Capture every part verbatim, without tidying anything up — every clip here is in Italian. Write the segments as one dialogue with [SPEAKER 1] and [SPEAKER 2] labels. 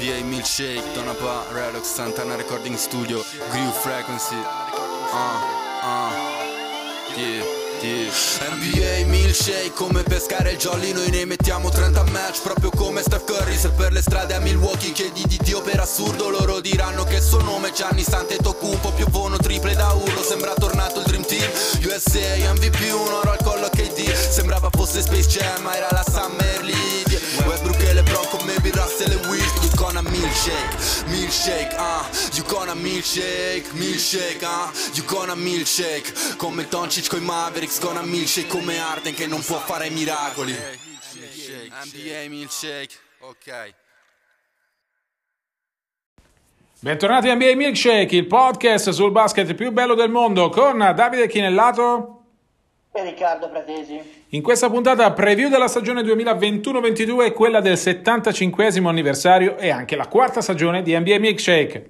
[SPEAKER 1] B A Milkshake, Tonapa, Relox, Santana Recording Studio, Groove Frequency. Uh, uh, yeah, yeah. N B A Milkshake, come pescare il jolly, noi ne mettiamo trenta match, proprio come Steph Curry. Se per le strade a Milwaukee chiedi di Dio per assurdo, loro diranno che il suo nome è Gianni Antetokounmpo. Piovono triple da urlo, sembra tornato il Dream Team. U S A M V P, un oro al collo K D. Sembrava fosse Space Jam, ma era la Summer League. Westbrook e LeBron come Bill Russell e Wilt. You gonna milkshake, milkshake, ah uh. You gonna milkshake, milkshake, ah uh. You gonna milkshake. Come Doncic coi Mavericks, gonna milkshake come Harden che non può fare miracoli. N B A milkshake, ok.
[SPEAKER 2] Bentornati a N B A Milkshake, il podcast sul basket più bello del mondo con Davide Chinellato
[SPEAKER 3] e Riccardo Pratesi.
[SPEAKER 2] In questa puntata preview della stagione duemilaventuno ventidue, quella del settantacinquesimo anniversario e anche la quarta stagione di N B A Milkshake.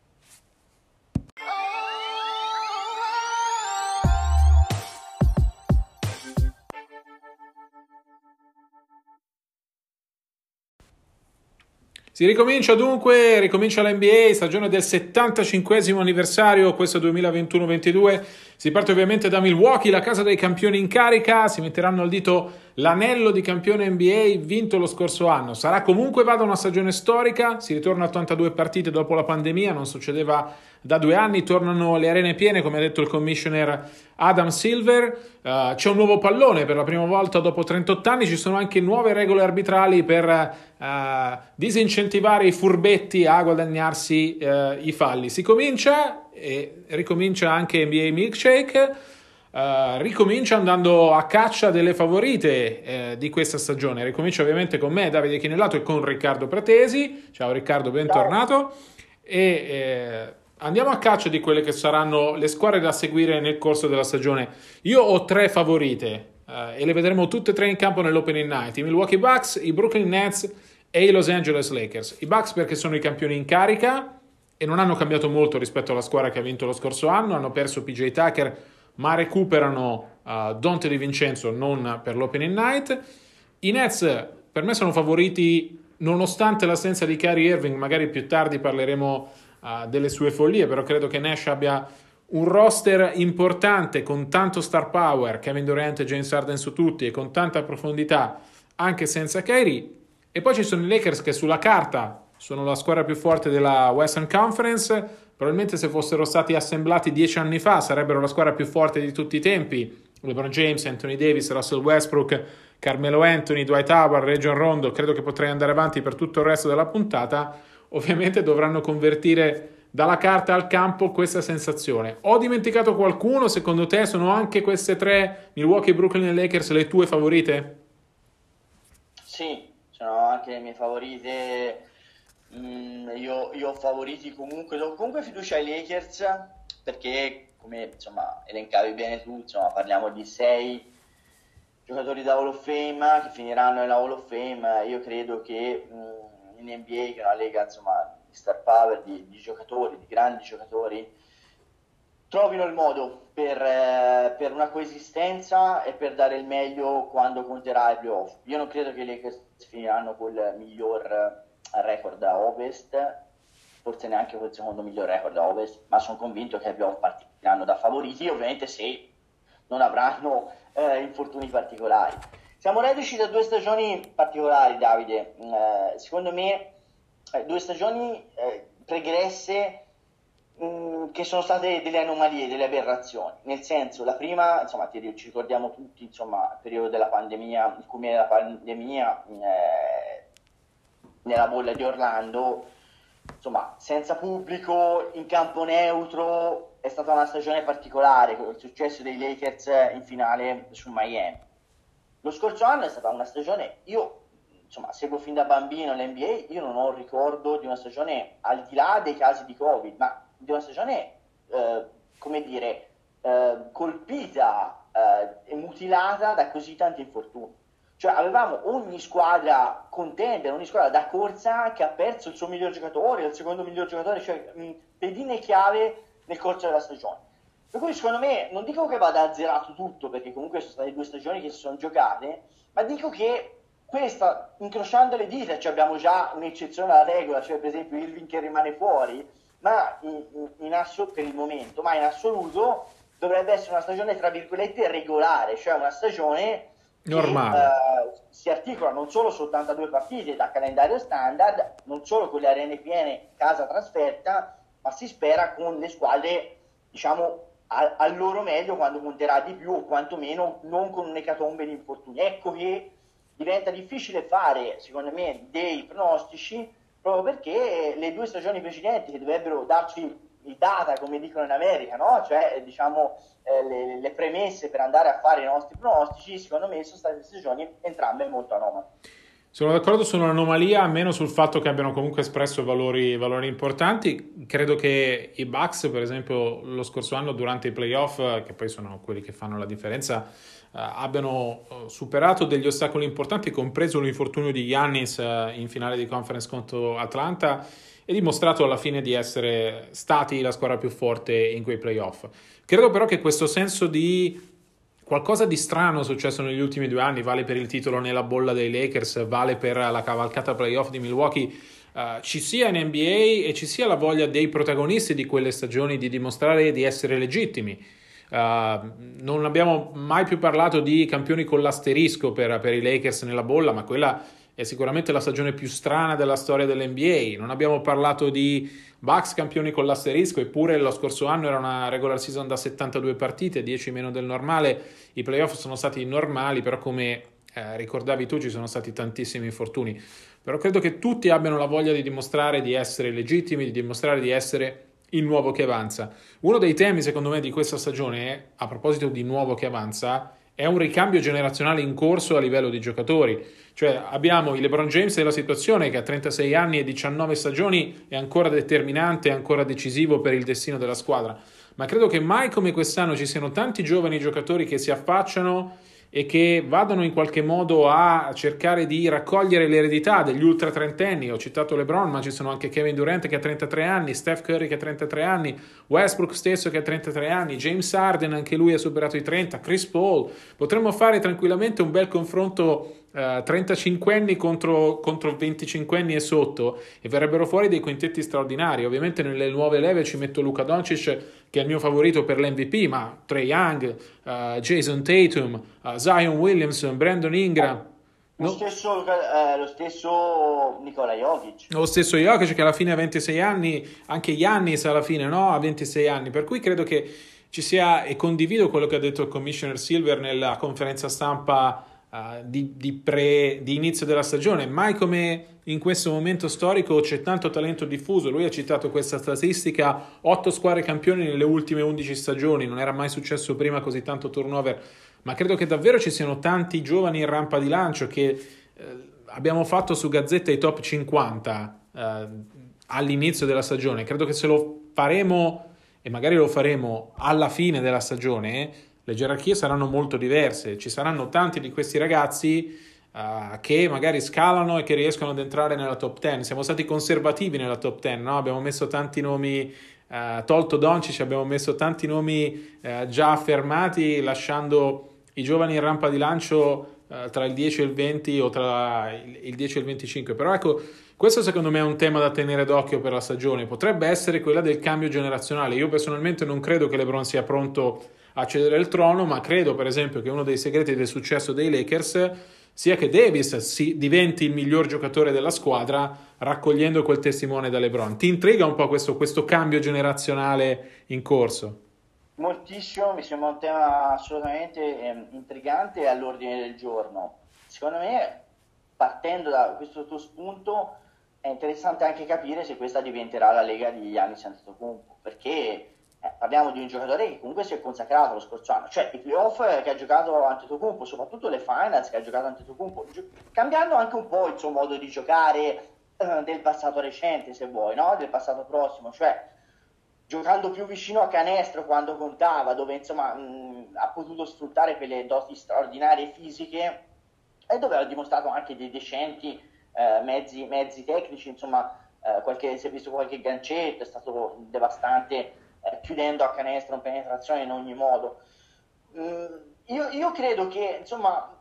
[SPEAKER 2] Si ricomincia dunque, ricomincia l'N B A, stagione del settantacinquesimo anniversario, questo duemilaventuno ventidue. Si parte ovviamente da Milwaukee, la casa dei campioni in carica, si metteranno al dito l'anello di campione N B A vinto lo scorso anno. Sarà comunque vada una stagione storica, si ritorna a ottantadue partite dopo la pandemia, non succedeva da due anni, tornano le arene piene, come ha detto il commissioner Adam Silver. Uh, c'è un nuovo pallone per la prima volta dopo trentotto anni, ci sono anche nuove regole arbitrali per uh, disincentivare i furbetti a guadagnarsi uh, i falli. Si comincia e ricomincia anche N B A Milkshake, uh, ricomincia andando a caccia delle favorite uh, di questa stagione. Ricomincia ovviamente con me, Davide Chinellato, e con Riccardo Pratesi. Ciao Riccardo, bentornato. E eh, andiamo a caccia di quelle che saranno le squadre da seguire nel corso della stagione. Io ho tre favorite uh, e le vedremo tutte e tre in campo nell'Opening Night: i Milwaukee Bucks, i Brooklyn Nets e i Los Angeles Lakers. I Bucks perché sono i campioni in carica e non hanno cambiato molto rispetto alla squadra che ha vinto lo scorso anno. Hanno perso P J Tucker ma recuperano uh, Dante DiVincenzo, non per l'Opening Night. I Nets per me sono favoriti nonostante l'assenza di Kyrie Irving. Magari più tardi parleremo uh, delle sue follie, però credo che Nash abbia un roster importante con tanto star power, Kevin Durant e James Harden su tutti, e con tanta profondità anche senza Kyrie. E poi ci sono i Lakers che sulla carta sono la squadra più forte della Western Conference. Probabilmente se fossero stati assemblati dieci anni fa sarebbero la squadra più forte di tutti i tempi. LeBron James, Anthony Davis, Russell Westbrook, Carmelo Anthony, Dwight Howard, Rajon Rondo. Credo che potrei andare avanti per tutto il resto della puntata. Ovviamente dovranno convertire dalla carta al campo questa sensazione. Ho dimenticato qualcuno? Secondo te sono anche queste tre, Milwaukee, Brooklyn e Lakers, le tue favorite?
[SPEAKER 3] Sì, sono anche le mie favorite. Mm, io, io ho favoriti comunque, do comunque fiducia ai Lakers perché, come insomma elencavi bene tu, insomma parliamo di sei giocatori da Hall of Fame che finiranno nella Hall of Fame. Io credo che mm, in N B A, che è una lega insomma di star power, di, di giocatori, di grandi giocatori, trovino il modo per, eh, per una coesistenza e per dare il meglio quando conterà ai playoff. Io non credo che i Lakers finiranno col miglior record a Ovest, forse neanche col secondo miglior record a Ovest, ma sono convinto che i playoff partiranno da favoriti, ovviamente se non avranno eh, infortuni particolari. Siamo reduci da due stagioni particolari, Davide, eh, secondo me eh, due stagioni eh, pregresse mh, che sono state delle anomalie, delle aberrazioni, nel senso, la prima, insomma, ti, ci ricordiamo tutti, insomma, il periodo della pandemia, il culmine della pandemia, eh, nella bolla di Orlando, insomma, senza pubblico, in campo neutro. È stata una stagione particolare con il successo dei Lakers in finale su Miami. Lo scorso anno è stata una stagione, io insomma seguo fin da bambino l'N B A, io non ho il ricordo di una stagione, al di là dei casi di Covid, ma di una stagione eh, come dire eh, colpita eh, e mutilata da così tanti infortuni. Cioè avevamo ogni squadra contender, ogni squadra da corsa che ha perso il suo miglior giocatore, il secondo miglior giocatore, cioè mh, pedine chiave nel corso della stagione. Per cui secondo me, non dico che vada azzerato tutto, perché comunque sono state due stagioni che si sono giocate, ma dico che questa, incrociando le dita, cioè abbiamo già un'eccezione alla regola, cioè per esempio Irving che rimane fuori, ma in, in, in assoluto, per il momento, ma in assoluto dovrebbe essere una stagione tra virgolette regolare, cioè una stagione
[SPEAKER 2] normale,
[SPEAKER 3] che eh, si articola non solo su ottantadue partite da calendario standard, non solo con le arene piene casa trasferta, ma si spera con le squadre, diciamo, al, al loro meglio quando conterà di più, o quantomeno non con un'ecatombe di infortuni. Ecco che diventa difficile fare, secondo me, dei pronostici, proprio perché le due stagioni precedenti, che dovrebbero darci il data, come dicono in America, no? Cioè, diciamo, eh, le, le premesse per andare a fare i nostri pronostici, secondo me sono state stagioni entrambe molto anomale.
[SPEAKER 2] sono d'accordo sull'anomalia, almeno sul fatto che abbiano comunque espresso valori, valori importanti. Credo che i Bucks, per esempio, lo scorso anno durante i playoff, che poi sono quelli che fanno la differenza, eh, abbiano superato degli ostacoli importanti, compreso l'infortunio di Giannis eh, in finale di conference contro Atlanta, e dimostrato alla fine di essere stati la squadra più forte in quei playoff. Credo però che questo senso di qualcosa di strano è successo negli ultimi due anni, vale per il titolo nella bolla dei Lakers, vale per la cavalcata playoff di Milwaukee, uh, ci sia in N B A e ci sia la voglia dei protagonisti di quelle stagioni di dimostrare di essere legittimi. Uh, non abbiamo mai più parlato di campioni con l'asterisco per, per i Lakers nella bolla, ma quella è sicuramente la stagione più strana della storia dell'N B A. Non abbiamo parlato di Bucks campioni con l'asterisco, eppure lo scorso anno era una regular season da settantadue partite, dieci meno del normale. I playoff sono stati normali, però come eh, ricordavi tu ci sono stati tantissimi infortuni. Però credo che tutti abbiano la voglia di dimostrare di essere legittimi, di dimostrare di essere il nuovo che avanza. Uno dei temi secondo me di questa stagione è, a proposito di nuovo che avanza, è un ricambio generazionale in corso a livello di giocatori. Cioè abbiamo il LeBron James della situazione che a trentasei anni e diciannove stagioni è ancora determinante, è ancora decisivo per il destino della squadra, ma credo che mai come quest'anno ci siano tanti giovani giocatori che si affacciano e che vadano in qualche modo a cercare di raccogliere l'eredità degli ultra trentenni. Ho citato LeBron, ma ci sono anche Kevin Durant che ha trentatré anni, Steph Curry che ha trentatré anni, Westbrook stesso che ha trentatré anni, James Harden anche lui ha superato i trenta, Chris Paul. Potremmo fare tranquillamente un bel confronto Uh, trentacinquenni contro, contro venticinquenni e sotto, e verrebbero fuori dei quintetti straordinari. Ovviamente nelle nuove leve ci metto Luka Doncic, che è il mio favorito per l'M V P, ma Trae Young, uh, Jason Tatum, uh, Zion Williamson, Brandon Ingram,
[SPEAKER 3] lo,
[SPEAKER 2] no?
[SPEAKER 3] stesso, eh, lo stesso Nikola Jokic,
[SPEAKER 2] lo stesso Jokic che alla fine ha ventisei anni, anche Giannis alla fine no? ha ventisei anni, per cui credo che ci sia, e condivido quello che ha detto il Commissioner Silver nella conferenza stampa Uh, di, di, pre, di inizio della stagione. Mai come in questo momento storico c'è tanto talento diffuso. Lui ha citato questa statistica: otto squadre campioni nelle ultime undici stagioni. Non era mai successo prima così tanto turnover, ma credo che davvero ci siano tanti giovani in rampa di lancio che eh, abbiamo fatto su Gazzetta i top cinquanta eh, all'inizio della stagione. Credo che se lo faremo, e magari lo faremo alla fine della stagione, le gerarchie saranno molto diverse. Ci saranno tanti di questi ragazzi uh, che magari scalano e che riescono ad entrare nella top dieci. Siamo stati conservativi nella top dieci, no? Abbiamo messo tanti nomi, uh, tolto Doncic, abbiamo messo tanti nomi uh, già affermati, lasciando i giovani in rampa di lancio uh, tra il dieci e il venti o tra il, il dieci e il venticinque. Però ecco, questo secondo me è un tema da tenere d'occhio per la stagione. Potrebbe essere quella del cambio generazionale. Io personalmente non credo che LeBron sia pronto a cedere il trono, ma credo per esempio che uno dei segreti del successo dei Lakers sia che Davis si diventi il miglior giocatore della squadra raccogliendo quel testimone da LeBron. Ti intriga un po' questo, questo cambio generazionale in corso?
[SPEAKER 3] Moltissimo, mi sembra un tema assolutamente eh, intrigante e all'ordine del giorno. Secondo me, partendo da questo tuo spunto, è interessante anche capire se questa diventerà la lega di Giannis Antetokounmpo, perché Eh, parliamo di un giocatore che comunque si è consacrato lo scorso anno, cioè i playoff che ha giocato Antetokounmpo, soprattutto le finals che ha giocato Antetokounmpo, gio- cambiando anche un po' il suo modo di giocare eh, del passato recente, se vuoi, no? Del passato prossimo, cioè giocando più vicino a canestro quando contava, dove insomma mh, ha potuto sfruttare quelle doti straordinarie fisiche e dove ha dimostrato anche dei decenti eh, mezzi, mezzi tecnici, insomma eh, qualche, si è visto qualche gancetto, è stato devastante, chiudendo a canestro, in penetrazione in ogni modo. Mm, io, io credo che insomma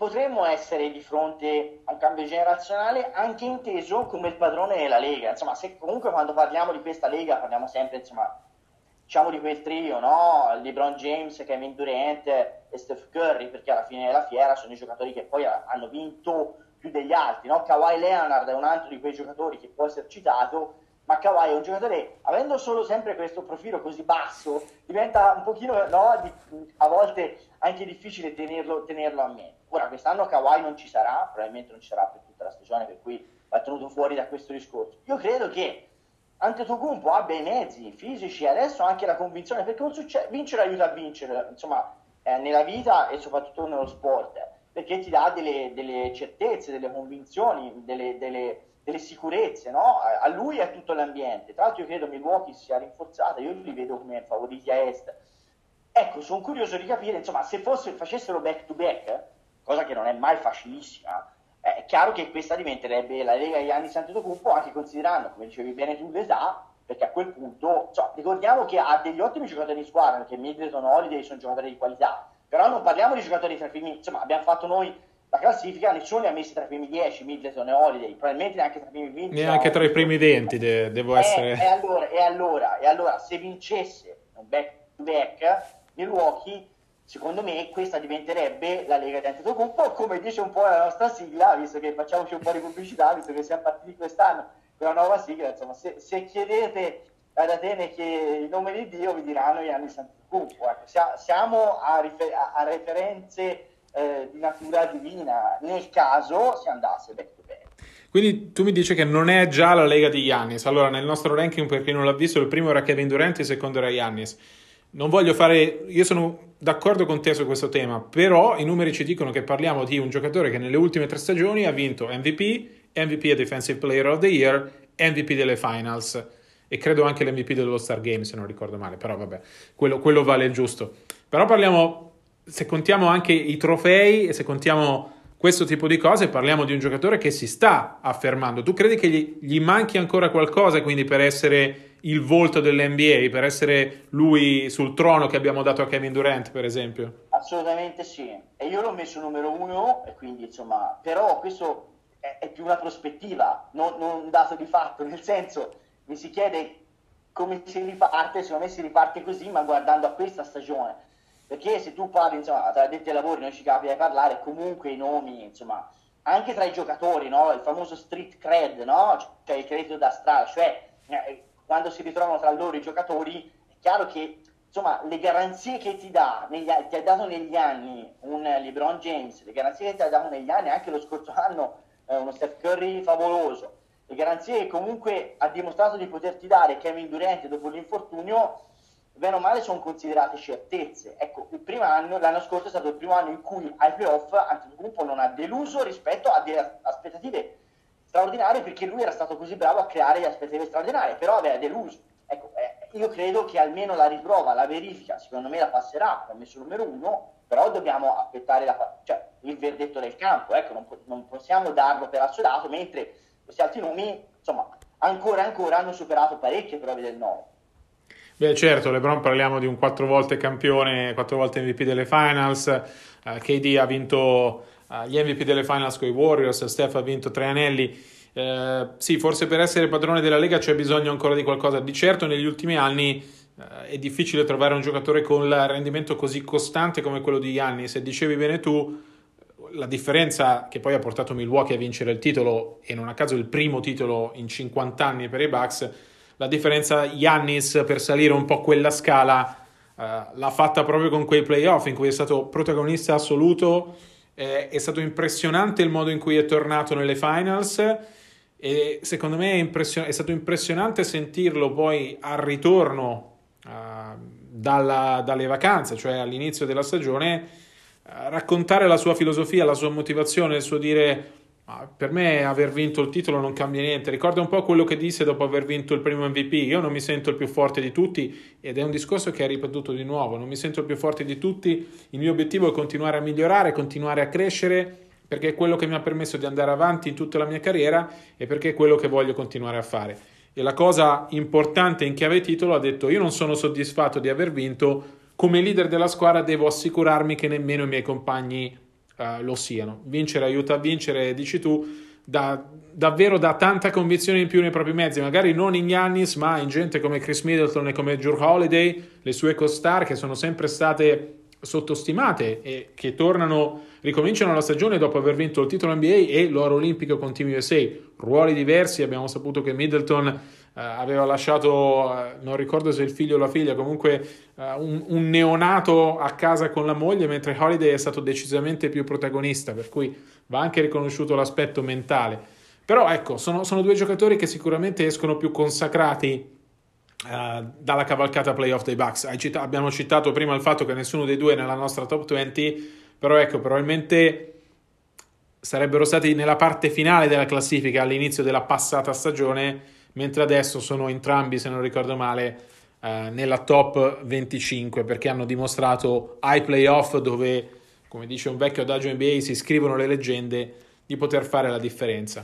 [SPEAKER 3] potremmo essere di fronte a un cambio generazionale anche inteso come il padrone della Lega. Insomma, se comunque quando parliamo di questa Lega parliamo sempre, insomma, diciamo di quel trio, no? LeBron James, Kevin Durant e Steph Curry, perché alla fine della fiera sono i giocatori che poi hanno vinto più degli altri, no? Kawhi Leonard è un altro di quei giocatori che può essere citato, ma Kawhi è un giocatore, avendo solo sempre questo profilo così basso, diventa un pochino, no, di, a volte anche difficile tenerlo, tenerlo a mente. Ora, quest'anno Kawhi non ci sarà, probabilmente non ci sarà per tutta la stagione, per cui va tenuto fuori da questo discorso. Io credo che Antetokounmpo abbia i mezzi fisici e adesso anche la convinzione, perché non succede, vincere aiuta a vincere, insomma, eh, nella vita e soprattutto nello sport, perché ti dà delle, delle certezze, delle convinzioni, delle, delle, delle sicurezze, no? A lui e a tutto l'ambiente. Tra l'altro io credo Milwaukee sia rinforzata, io li vedo come favoriti a est. Ecco, sono curioso di capire, insomma, se fosse, facessero back to back, cosa che non è mai facilissima, è chiaro che questa diventerebbe la Lega Giannis Antetokounmpo, anche considerando, come dicevi bene tu, l'età, perché a quel punto, cioè, ricordiamo che ha degli ottimi giocatori in squadra, perché Middleton, Holiday sono giocatori di qualità, però non parliamo di giocatori tra i primi, insomma, abbiamo fatto noi la classifica, nessuno li ha messi tra i primi dieci, Middleton e Holiday, probabilmente neanche tra i primi venti.
[SPEAKER 2] Neanche tra i primi venti, de- devo
[SPEAKER 3] e,
[SPEAKER 2] essere...
[SPEAKER 3] E allora, e, allora, e allora, se vincesse un back to back, Milwaukee, secondo me questa diventerebbe la Lega di Antetokounmpo, come dice un po' la nostra sigla, visto che facciamoci un po' di pubblicità, visto che siamo partiti quest'anno con la nuova sigla, insomma, se, se chiedete ad Atene che il nome di Dio vi diranno Giannis Antetokounmpo. Ecco, siamo a, rifer- a referenze eh, di natura divina, nel caso si andasse back to back.
[SPEAKER 2] Quindi tu mi dici che non è già la Lega di Giannis. Allora, nel nostro ranking, per chi non l'ha visto, il primo era Kevin Durant, il secondo era Giannis. Non voglio fare, io sono d'accordo con te su questo tema, però i numeri ci dicono che parliamo di un giocatore che nelle ultime tre stagioni ha vinto M V P, M V P e Defensive Player of the Year, M V P delle Finals e credo anche l'M V P dell'All-Star Game, se non ricordo male, però vabbè, quello, quello vale il giusto. Però parliamo, se contiamo anche i trofei e se contiamo questo tipo di cose, parliamo di un giocatore che si sta affermando. Tu credi che gli, gli manchi ancora qualcosa, quindi, per essere il volto dell'N B A, per essere lui sul trono che abbiamo dato a Kevin Durant, per esempio?
[SPEAKER 3] Assolutamente sì, e io l'ho messo numero uno, e quindi insomma, però questo è, è più una prospettiva, non, non un dato di fatto, nel senso, mi si chiede come si riparte, secondo me si riparte così, ma guardando a questa stagione, perché se tu parli, insomma, tra addetti ai lavori noi ci capita di parlare, comunque i nomi, insomma, anche tra i giocatori, no? Il famoso street cred, no? Cioè il credito da strada, cioè eh, quando si ritrovano tra loro i giocatori, è chiaro che, insomma, le garanzie che ti dà, negli, ti ha dato negli anni un LeBron James, le garanzie che ti ha dato negli anni, anche lo scorso anno eh, uno Steph Curry favoloso, le garanzie che comunque ha dimostrato di poterti dare Kevin Durant dopo l'infortunio, bene o male sono considerate certezze. Ecco, il primo anno, l'anno scorso è stato il primo anno in cui ai playoff Antetokounmpo non ha deluso rispetto a delle aspettative straordinarie, perché lui era stato così bravo a creare le aspettative straordinarie, però aveva deluso. Ecco, eh, io credo che almeno la riprova, la verifica, secondo me la passerà, l'ho messo numero uno, però dobbiamo aspettare la, cioè, il verdetto del campo, ecco, non, non possiamo darlo per assodato, mentre questi altri nomi, insomma, ancora e ancora hanno superato parecchie prove del nove.
[SPEAKER 2] Beh, certo, LeBron parliamo di un quattro volte campione, quattro volte M V P delle Finals, uh, K D ha vinto uh, gli M V P delle Finals con i Warriors, Steph ha vinto tre anelli. Uh, sì, forse per essere padrone della Lega c'è bisogno ancora di qualcosa. Di certo negli ultimi anni uh, è difficile trovare un giocatore con il rendimento così costante come quello di Giannis. Se dicevi bene tu, la differenza che poi ha portato Milwaukee a vincere il titolo, e non a caso il primo titolo in cinquanta anni per i Bucks, la differenza Giannis per salire un po' quella scala uh, l'ha fatta proprio con quei playoff in cui è stato protagonista assoluto. Eh, è stato impressionante il modo in cui è tornato nelle finals e secondo me è, impression- è stato impressionante sentirlo poi al ritorno uh, dalla, dalle vacanze, cioè all'inizio della stagione, uh, raccontare la sua filosofia, la sua motivazione, il suo dire: ah, per me aver vinto il titolo non cambia niente. Ricorda un po' quello che disse dopo aver vinto il primo M V P: io non mi sento il più forte di tutti, ed è un discorso che ha ripetuto di nuovo, non mi sento il più forte di tutti, il mio obiettivo è continuare a migliorare, continuare a crescere, perché è quello che mi ha permesso di andare avanti in tutta la mia carriera e perché è quello che voglio continuare a fare. E la cosa importante in chiave titolo, ha detto: io non sono soddisfatto di aver vinto, come leader della squadra devo assicurarmi che nemmeno i miei compagni uh, lo siano. Vincere aiuta a vincere, dici tu, da, davvero dà tanta convinzione in più nei propri mezzi, magari non in Giannis, ma in gente come Chris Middleton e come Jrue Holiday, le sue co-star che sono sempre state sottostimate e che tornano, ricominciano la stagione dopo aver vinto il titolo N B A e l'oro olimpico con Team U S A. Ruoli diversi, abbiamo saputo che Middleton uh, aveva lasciato, uh, non ricordo se il figlio o la figlia, comunque uh, un, un neonato a casa con la moglie, mentre Holiday è stato decisamente più protagonista, per cui va anche riconosciuto l'aspetto mentale. Però ecco, sono, sono due giocatori che sicuramente escono più consacrati Uh, dalla cavalcata playoff dei Bucks. Cita- abbiamo citato prima il fatto che nessuno dei due è nella nostra top venti, però ecco, probabilmente sarebbero stati nella parte finale della classifica all'inizio della passata stagione, mentre adesso sono entrambi, se non ricordo male, uh, nella top venticinque, perché hanno dimostrato ai playoff, dove, come dice un vecchio adagio N B A, si scrivono le leggende, di poter fare la differenza.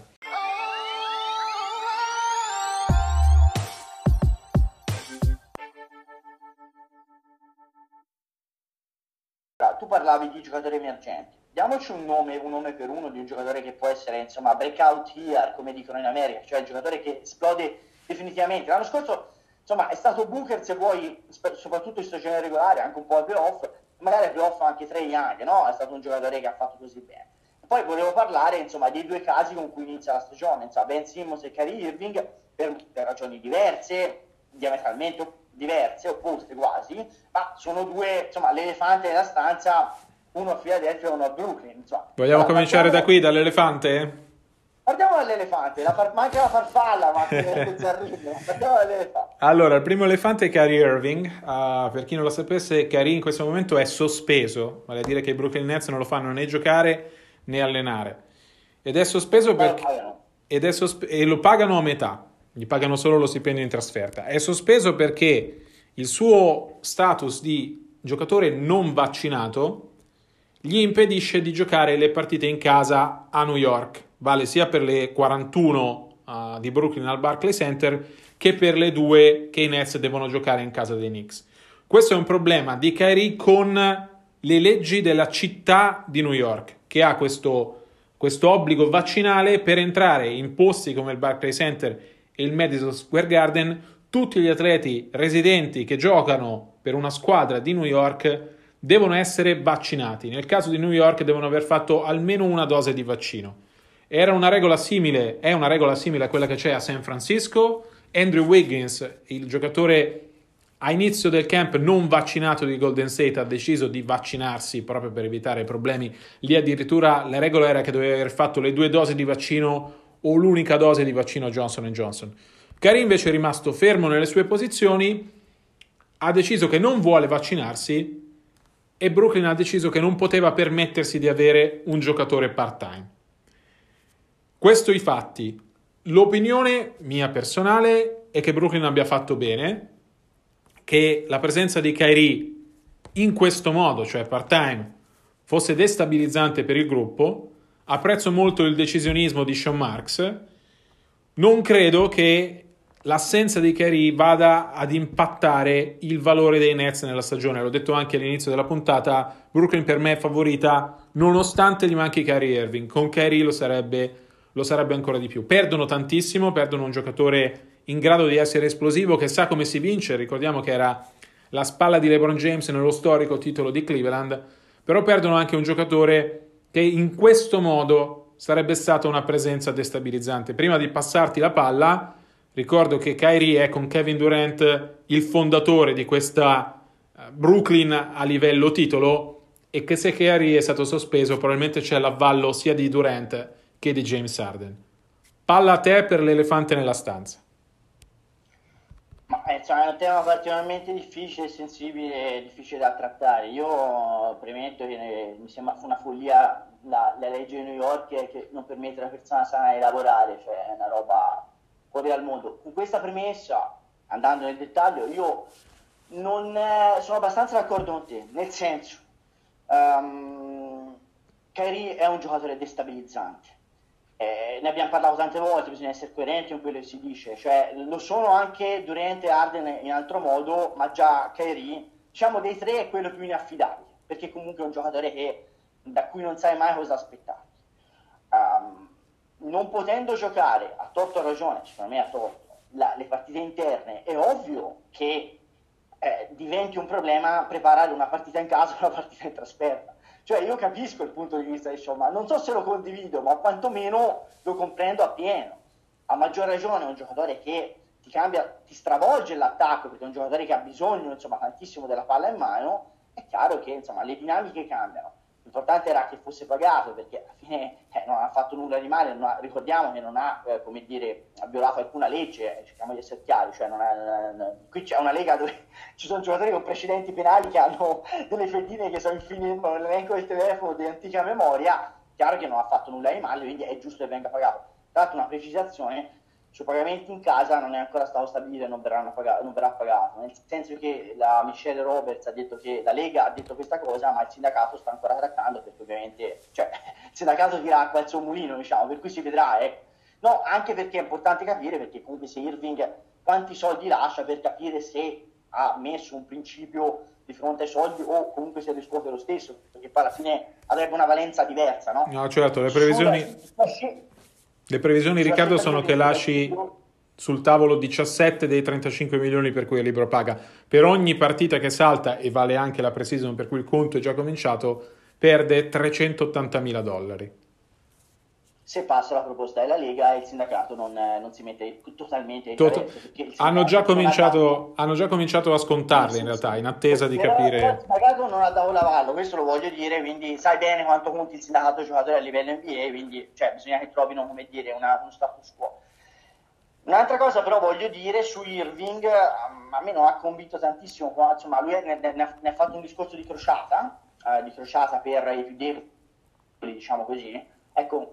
[SPEAKER 3] Tu parlavi di giocatori emergenti, diamoci un nome, un nome per uno di un giocatore che può essere, insomma, breakout year, come dicono in America, cioè il giocatore che esplode definitivamente. L'anno scorso, insomma, è stato Booker, se vuoi, soprattutto in stagione regolare, anche un po' ai playoff, magari ai playoff anche Trae Young, no? È stato un giocatore che ha fatto così bene. Poi volevo parlare, insomma, dei due casi con cui inizia la stagione, insomma, Ben Simmons e Kyrie Irving, per, per ragioni diverse, diametralmente diverse, opposte quasi, ma sono due, insomma, l'elefante nella stanza, uno a Philadelphia e uno a Brooklyn, insomma.
[SPEAKER 2] Vogliamo
[SPEAKER 3] allora,
[SPEAKER 2] cominciare
[SPEAKER 3] partiamo...
[SPEAKER 2] da qui, dall'elefante?
[SPEAKER 3] Partiamo dall'elefante, la far... manca la farfalla, ma partiamo dall'elefante.
[SPEAKER 2] Allora, il primo elefante è Kyrie Irving. Uh, per chi non lo sapesse, Kyrie in questo momento è sospeso, vale a dire che i Brooklyn Nets non lo fanno né giocare né allenare. Ed è sospeso perché... Ed è sospe... e lo pagano a metà. Gli pagano solo lo stipendio in trasferta. È sospeso perché il suo status di giocatore non vaccinato gli impedisce di giocare le partite in casa a New York. Vale sia per le quarantuno uh, di Brooklyn al Barclays Center che per le due che i Nets devono giocare in casa dei Knicks. Questo è un problema di Kyrie con le leggi della città di New York, che ha questo, questo obbligo vaccinale per entrare in posti come il Barclays Center e il Madison Square Garden. Tutti gli atleti residenti che giocano per una squadra di New York devono essere vaccinati. Nel caso di New York devono aver fatto almeno una dose di vaccino. Era una regola simile, è una regola simile a quella che c'è a San Francisco. Andrew Wiggins, il giocatore a inizio del camp non vaccinato di Golden State, ha deciso di vaccinarsi proprio per evitare problemi. Lì addirittura la regola era che doveva aver fatto le due dosi di vaccino o l'unica dose di vaccino Johnson and Johnson. Kyrie invece è rimasto fermo nelle sue posizioni, ha deciso che non vuole vaccinarsi e Brooklyn ha deciso che non poteva permettersi di avere un giocatore part-time. Questo i fatti. L'opinione mia personale è che Brooklyn abbia fatto bene, che la presenza di Kyrie in questo modo, cioè part-time, fosse destabilizzante per il gruppo. Apprezzo molto il decisionismo di Sean Marks. Non credo che l'assenza di Kyrie vada ad impattare il valore dei Nets nella stagione. L'ho detto anche all'inizio della puntata, Brooklyn per me è favorita nonostante gli manchi Kyrie Irving. Con Kyrie lo sarebbe, lo sarebbe ancora di più. Perdono tantissimo, perdono un giocatore in grado di essere esplosivo, che sa come si vince. Ricordiamo che era la spalla di LeBron James nello storico titolo di Cleveland, però perdono anche un giocatore che in questo modo sarebbe stata una presenza destabilizzante. Prima di passarti la palla, ricordo che Kyrie è con Kevin Durant il fondatore di questa Brooklyn a livello titolo, e che se Kyrie è stato sospeso probabilmente c'è l'avvallo sia di Durant che di James Harden. Palla a te per l'elefante nella stanza.
[SPEAKER 3] Ma è, cioè, è un tema particolarmente difficile, sensibile e difficile da trattare. Io premetto che mi sembra una follia la, la legge di New York che, che non permette alla persona sana di lavorare, cioè è una roba fuori dal mondo. Con questa premessa, andando nel dettaglio, io non eh, sono abbastanza d'accordo con te, nel senso, um, Kyrie è un giocatore destabilizzante. Eh, ne abbiamo parlato tante volte, bisogna essere coerenti con quello che si dice, cioè lo sono anche Durant e Harden in altro modo, ma già Kyrie, diciamo dei tre, è quello più inaffidabile, perché comunque è un giocatore che da cui non sai mai cosa aspettare. Um, non potendo giocare, a torto o ragione, secondo me a torto, la, le partite interne, è ovvio che eh, diventi un problema preparare una partita in casa e una partita in trasferta. Cioè io capisco il punto di vista di Sean, non so se lo condivido, ma quantomeno lo comprendo appieno. A maggior ragione è un giocatore che ti cambia, ti stravolge l'attacco, perché è un giocatore che ha bisogno, insomma, tantissimo della palla in mano. È chiaro che, insomma, le dinamiche cambiano. L'importante era che fosse pagato, perché alla fine eh, non ha fatto nulla di male, non ha, ricordiamo che non ha, eh, come dire, ha violato alcuna legge, eh, cerchiamo di essere chiari, cioè non ha, non, qui c'è una lega dove ci sono giocatori con precedenti penali che hanno delle fedine che sono infinite nell'elenco del telefono di antica memoria. Chiaro che non ha fatto nulla di male, quindi è giusto che venga pagato. Tra l'altro una precisazione: sui pagamenti in casa non è ancora stato stabilito e non, pagato, non verrà pagato, nel senso che la Michelle Roberts ha detto che la Lega ha detto questa cosa, ma il sindacato sta ancora trattando, perché ovviamente, cioè, il sindacato tira acqua al suo mulino, diciamo, per cui si vedrà. Eh. No, anche perché è importante capire, perché comunque se Irving quanti soldi lascia, per capire se ha messo un principio di fronte ai soldi o comunque se riscuote lo stesso, perché poi alla fine avrebbe una valenza diversa, no?
[SPEAKER 2] No, certo, le previsioni... Le previsioni, Riccardo, sono che lasci sul tavolo diciassette dei trentacinque milioni per cui il libro paga. Per ogni partita che salta, e vale anche la pre-season per cui il conto è già cominciato, perde trecentottantamila dollari.
[SPEAKER 3] Se passa la proposta della Lega e il sindacato non, non si mette totalmente in
[SPEAKER 2] Tot- hanno, già cominciato, hanno già cominciato a scontarle in realtà, in attesa di
[SPEAKER 3] però,
[SPEAKER 2] capire.
[SPEAKER 3] Però il sindacato non ha dato l'avallo, questo lo voglio dire, quindi sai bene quanto conti il sindacato giocatore a livello N B A, quindi cioè, bisogna che trovino, come dire, una, uno status quo. Un'altra cosa però voglio dire su Irving, a me non ha convinto tantissimo, insomma lui ne, ne, ne ha fatto un discorso di crociata, eh, di crociata per i più deboli, diciamo così. Ecco,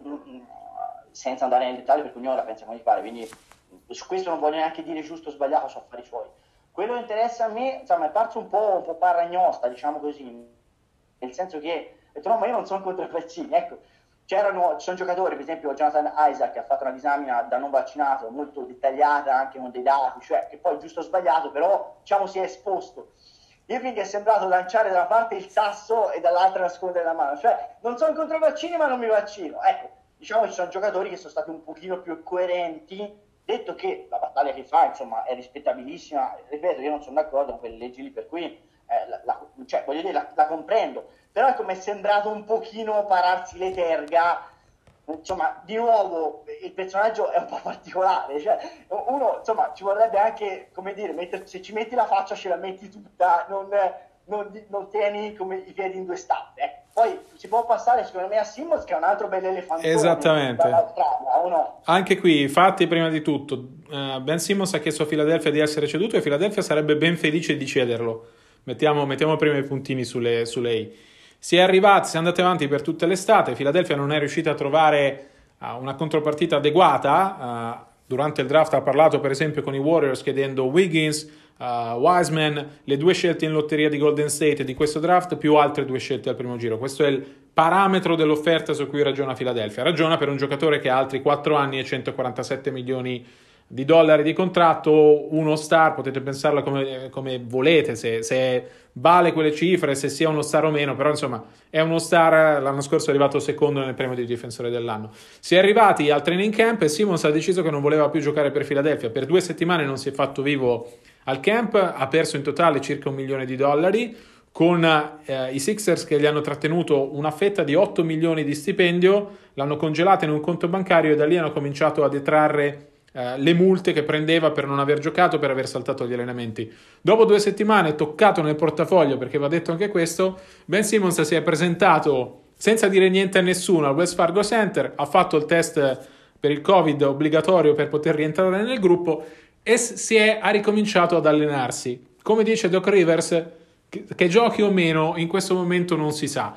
[SPEAKER 3] senza andare nel dettaglio perché ognuno la pensa come gli pare, quindi su questo non voglio neanche dire giusto o sbagliato, sono affari suoi. Quello che interessa a me, insomma, è parso un po', un po' parragnosta, diciamo così, nel senso che, no, ma io non sono contro i vaccini, ecco, c'erano, ci sono giocatori, per esempio Jonathan Isaac, che ha fatto una disamina da non vaccinato molto dettagliata, anche con dei dati, cioè che poi giusto o sbagliato, però diciamo si è esposto. Irving è sembrato lanciare da una parte il sasso e dall'altra nascondere la mano, cioè non sono contro i vaccini ma non mi vaccino. Ecco, diciamo che ci sono giocatori che sono stati un pochino più coerenti, detto che la battaglia che fa insomma è rispettabilissima, ripeto, io non sono d'accordo con quelle leggi lì, per cui eh, la, la, cioè, voglio dire, la, la comprendo, però ecco, mi è sembrato un pochino pararsi le terga. Insomma, di nuovo il personaggio è un po' particolare, cioè uno, insomma, ci vorrebbe anche, come dire, metter, se ci metti la faccia ce la metti tutta, non, non, non tieni come i piedi in due stappe. Eh. Poi si può passare secondo me a Simmons, che è un altro bel elefantone.
[SPEAKER 2] Esattamente.
[SPEAKER 3] O no?
[SPEAKER 2] Anche qui, fatti prima di tutto, uh, Ben Simmons ha chiesto a Philadelphia di essere ceduto e Philadelphia sarebbe ben felice di cederlo. Mettiamo, mettiamo prima i puntini sulle, sulle i. Si è arrivati, si è andati avanti per tutta l'estate, Philadelphia non è riuscita a trovare uh, una contropartita adeguata, uh, durante il draft ha parlato per esempio con i Warriors chiedendo Wiggins, uh, Wiseman, le due scelte in lotteria di Golden State di questo draft più altre due scelte al primo giro. Questo è il parametro dell'offerta su cui ragiona Philadelphia. Ragiona per un giocatore che ha altri quattro anni e centoquarantasette milioni di dollari di contratto, uno star, potete pensarla come, come volete, se, se vale quelle cifre, se sia uno star o meno, però insomma è uno star. L'anno scorso è arrivato secondo nel premio di difensore dell'anno. Si è arrivati al training camp e Simmons ha deciso che non voleva più giocare per Philadelphia. Per due settimane non si è fatto vivo al camp, ha perso in totale circa un milione di dollari, con eh, i Sixers che gli hanno trattenuto una fetta di otto milioni di stipendio, l'hanno congelato in un conto bancario e da lì hanno cominciato a detrarre Uh, le multe che prendeva per non aver giocato, per aver saltato gli allenamenti. Dopo due settimane, toccato nel portafoglio, perché va detto anche questo, Ben Simmons si è presentato senza dire niente a nessuno al Wells Fargo Center, ha fatto il test per il Covid obbligatorio per poter rientrare nel gruppo e si è ha ricominciato ad allenarsi. Come dice Doc Rivers, che, che giochi o meno in questo momento non si sa.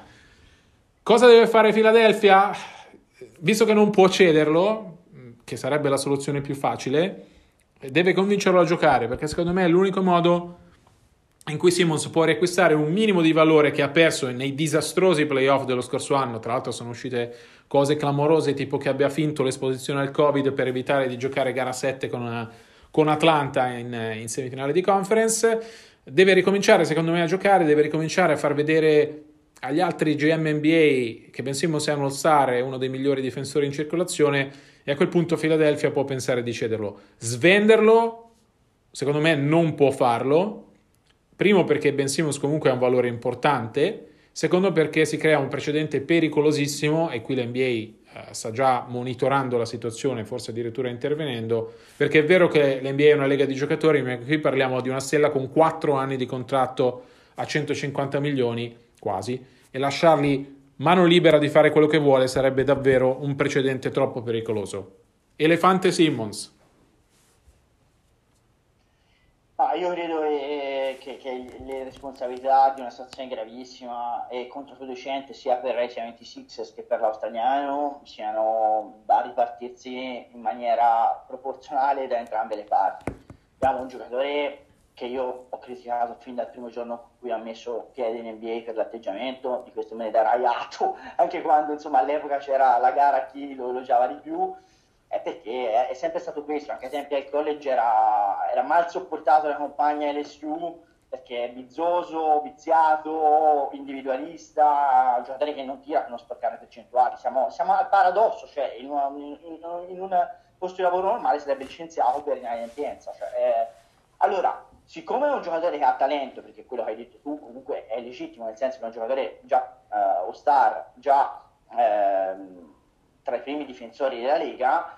[SPEAKER 2] Cosa deve fare Philadelphia? Visto che non può cederlo, che sarebbe la soluzione più facile, deve convincerlo a giocare, perché secondo me è l'unico modo in cui Simmons può riacquistare un minimo di valore che ha perso nei disastrosi playoff dello scorso anno. Tra l'altro sono uscite cose clamorose, tipo che abbia finto l'esposizione al Covid per evitare di giocare gara sette con, una, con Atlanta in, in semifinale di conference. Deve ricominciare secondo me a giocare, deve ricominciare a far vedere agli altri G M N B A che Ben Simmons è un all-star, è uno dei migliori difensori in circolazione, e a quel punto Philadelphia può pensare di cederlo. Svenderlo, secondo me, non può farlo. Primo perché Ben Simmons comunque ha un valore importante, secondo perché si crea un precedente pericolosissimo, e qui l'N B A eh, sta già monitorando la situazione, forse addirittura intervenendo, perché è vero che l'N B A è una lega di giocatori, ma qui parliamo di una stella con quattro anni di contratto a centocinquanta milioni, quasi, e lasciarli mano libera di fare quello che vuole sarebbe davvero un precedente troppo pericoloso. Elefante Simmons.
[SPEAKER 3] Ah, io credo che, che, che le responsabilità di una situazione gravissima e controproducente sia per i settantasei che per l'australiano siano da ripartirsi in maniera proporzionale da entrambe le parti. Abbiamo un giocatore che io ho criticato fin dal primo giorno in cui ha messo piede in N B A per l'atteggiamento, di questo me ne darai atto, anche quando insomma all'epoca c'era la gara a chi lo elogiava di più. È perché è sempre stato questo, anche ai tempi al college era, era mal sopportato la compagna L S U perché è bizzoso, viziato, individualista, un giocatore che non tira per non sporcare percentuali. Siamo, siamo al paradosso, cioè in, una, in, in un posto di lavoro normale sarebbe licenziato per inadempienza. Cioè, eh, allora, siccome è un giocatore che ha talento, perché quello che hai detto tu comunque è legittimo, nel senso che è un giocatore già eh, all-star, già eh, tra i primi difensori della Lega,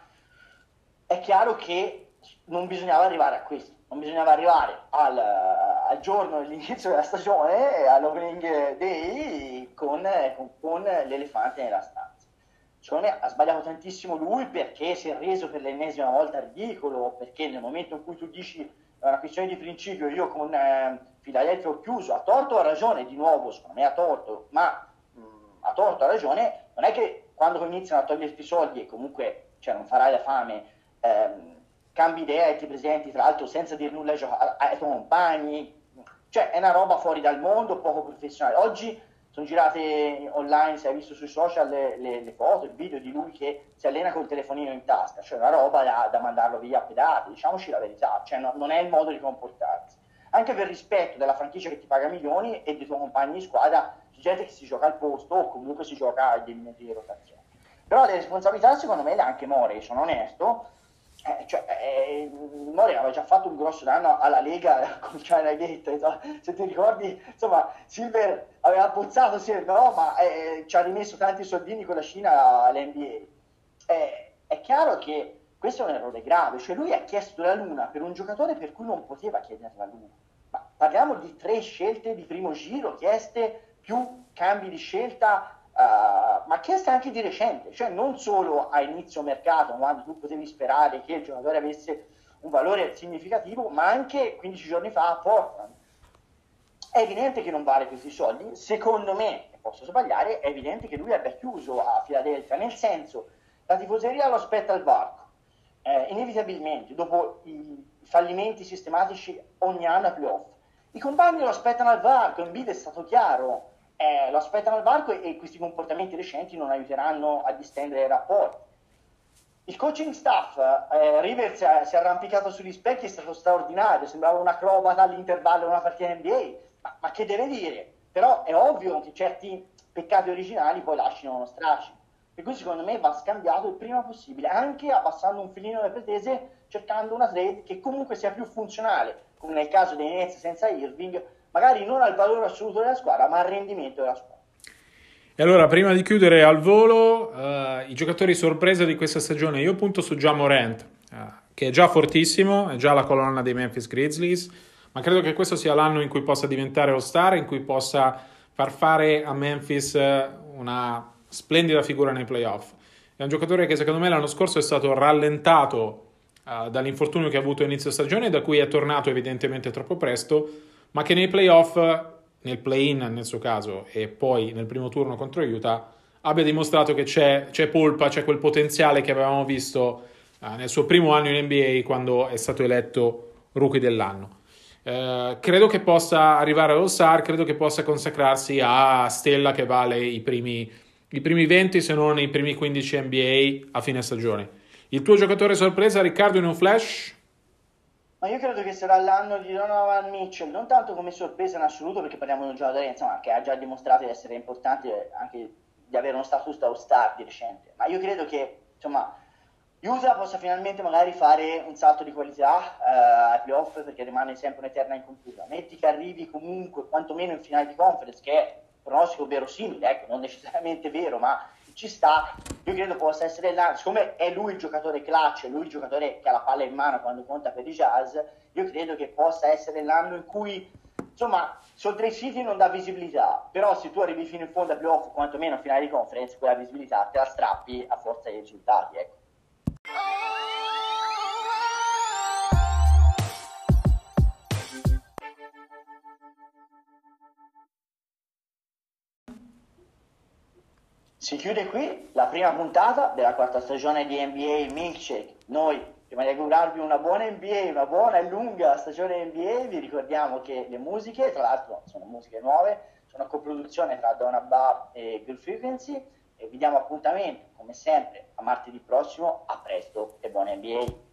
[SPEAKER 3] è chiaro che non bisognava arrivare a questo, non bisognava arrivare al, al giorno dell'inizio della stagione, all'opening day, con, con, con l'elefante nella stanza. Secondo me ha sbagliato tantissimo lui perché si è reso per l'ennesima volta ridicolo, perché nel momento in cui tu dici è una questione di principio, io con eh, Philadelphia ho chiuso, ha torto o ha ragione, di nuovo secondo me ha torto, ma mh, ha torto, ha ragione, non è che quando iniziano a toglierti i soldi e comunque cioè, non farai la fame, ehm, cambi idea e ti presenti tra l'altro senza dire nulla ai, ai tuoi compagni, cioè è una roba fuori dal mondo, poco professionale. Oggi sono girate online, se hai visto sui social le, le, le foto, il video di lui che si allena col telefonino in tasca, cioè una roba da, da mandarlo via a pedate, diciamoci la verità, cioè no, non è il modo di comportarsi, anche per rispetto della franchigia che ti paga milioni e dei tuoi compagni di squadra, c'è gente che si gioca al posto o comunque si gioca ai minuti di rotazione. Però le responsabilità secondo me le ha anche Morey, sono onesto, eh, cioè, eh, Morey aveva già fatto un grosso danno alla Lega con China Gate, se ti ricordi, insomma Silver aveva abbozzato Silver, no, ma eh, ci ha rimesso tanti soldini con la Cina all'N B A. Eh, è chiaro che questo è un errore grave, cioè lui ha chiesto la Luna per un giocatore per cui non poteva chiedere la Luna, ma parliamo di tre scelte di primo giro chieste più cambi di scelta, uh, ma chieste anche di recente, cioè non solo a inizio mercato quando tu potevi sperare che il giocatore avesse un valore significativo, ma anche quindici giorni fa a Portland. È evidente che non vale questi soldi, secondo me, e posso sbagliare, è evidente che lui abbia chiuso a Philadelphia, nel senso la tifoseria lo aspetta al varco, eh, inevitabilmente dopo i fallimenti sistematici ogni anno a playoff, i compagni lo aspettano al varco, Embiid è stato chiaro, eh, lo aspettano al varco e, e questi comportamenti recenti non aiuteranno a distendere i rapporti. Il coaching staff, eh, Rivers si è arrampicato sugli specchi, è stato straordinario, sembrava un acrobata all'intervallo di una partita N B A, ma, ma che deve dire? Però è ovvio che certi peccati originali poi lasciano uno strascico, per cui secondo me va scambiato il prima possibile, anche abbassando un filino le pretese, cercando una trade che comunque sia più funzionale, come nel caso dei Nets senza Irving, magari non al valore assoluto della squadra, ma al rendimento della squadra.
[SPEAKER 2] E allora, prima di chiudere al volo, uh, i giocatori sorpresa di questa stagione, io punto su Ja Morant, uh, che è già fortissimo, è già la colonna dei Memphis Grizzlies, ma credo che questo sia l'anno in cui possa diventare All-Star, in cui possa far fare a Memphis una splendida figura nei playoff. È un giocatore che secondo me l'anno scorso è stato rallentato uh, dall'infortunio che ha avuto a inizio stagione, da cui è tornato evidentemente troppo presto, ma che nei playoff, nel play-in nel suo caso e poi nel primo turno contro Utah, abbia dimostrato che c'è, c'è polpa, c'è quel potenziale che avevamo visto uh, nel suo primo anno in N B A quando è stato eletto rookie dell'anno. Uh, credo che possa arrivare all'All-Star, credo che possa consacrarsi a stella che vale i primi, i primi venti se non i primi quindici N B A a fine stagione. Il tuo giocatore sorpresa, Riccardo, in un flash?
[SPEAKER 3] Ma io credo che sarà l'anno di Donovan Mitchell, non tanto come sorpresa in assoluto, perché parliamo di un giocatore insomma, che ha già dimostrato di essere importante, anche di avere uno status da all-star di recente, ma io credo che insomma, Utah possa finalmente magari fare un salto di qualità eh, ai playoff, perché rimane sempre un'eterna incompiuta. Metti che arrivi comunque quantomeno in finale di conference, che è un pronostico verosimile, ecco, non necessariamente vero, ma ci sta. Io credo possa essere là, siccome è lui il giocatore clutch, è lui il giocatore che ha la palla in mano quando conta per i Jazz, io credo che possa essere l'anno in cui, insomma, Salt Lake City non dà visibilità, però se tu arrivi fino in fondo ai playoff, quantomeno a finale di conference, quella visibilità te la strappi a forza dei risultati, ecco. Si chiude qui la prima puntata della quarta stagione di N B A Milkshake. Noi, prima di augurarvi una buona N B A, una buona e lunga stagione N B A, vi ricordiamo che le musiche, tra l'altro sono musiche nuove, sono a coproduzione tra Donna Bar e Good Frequency, e vi diamo appuntamento, come sempre, a martedì prossimo. A presto e buona N B A!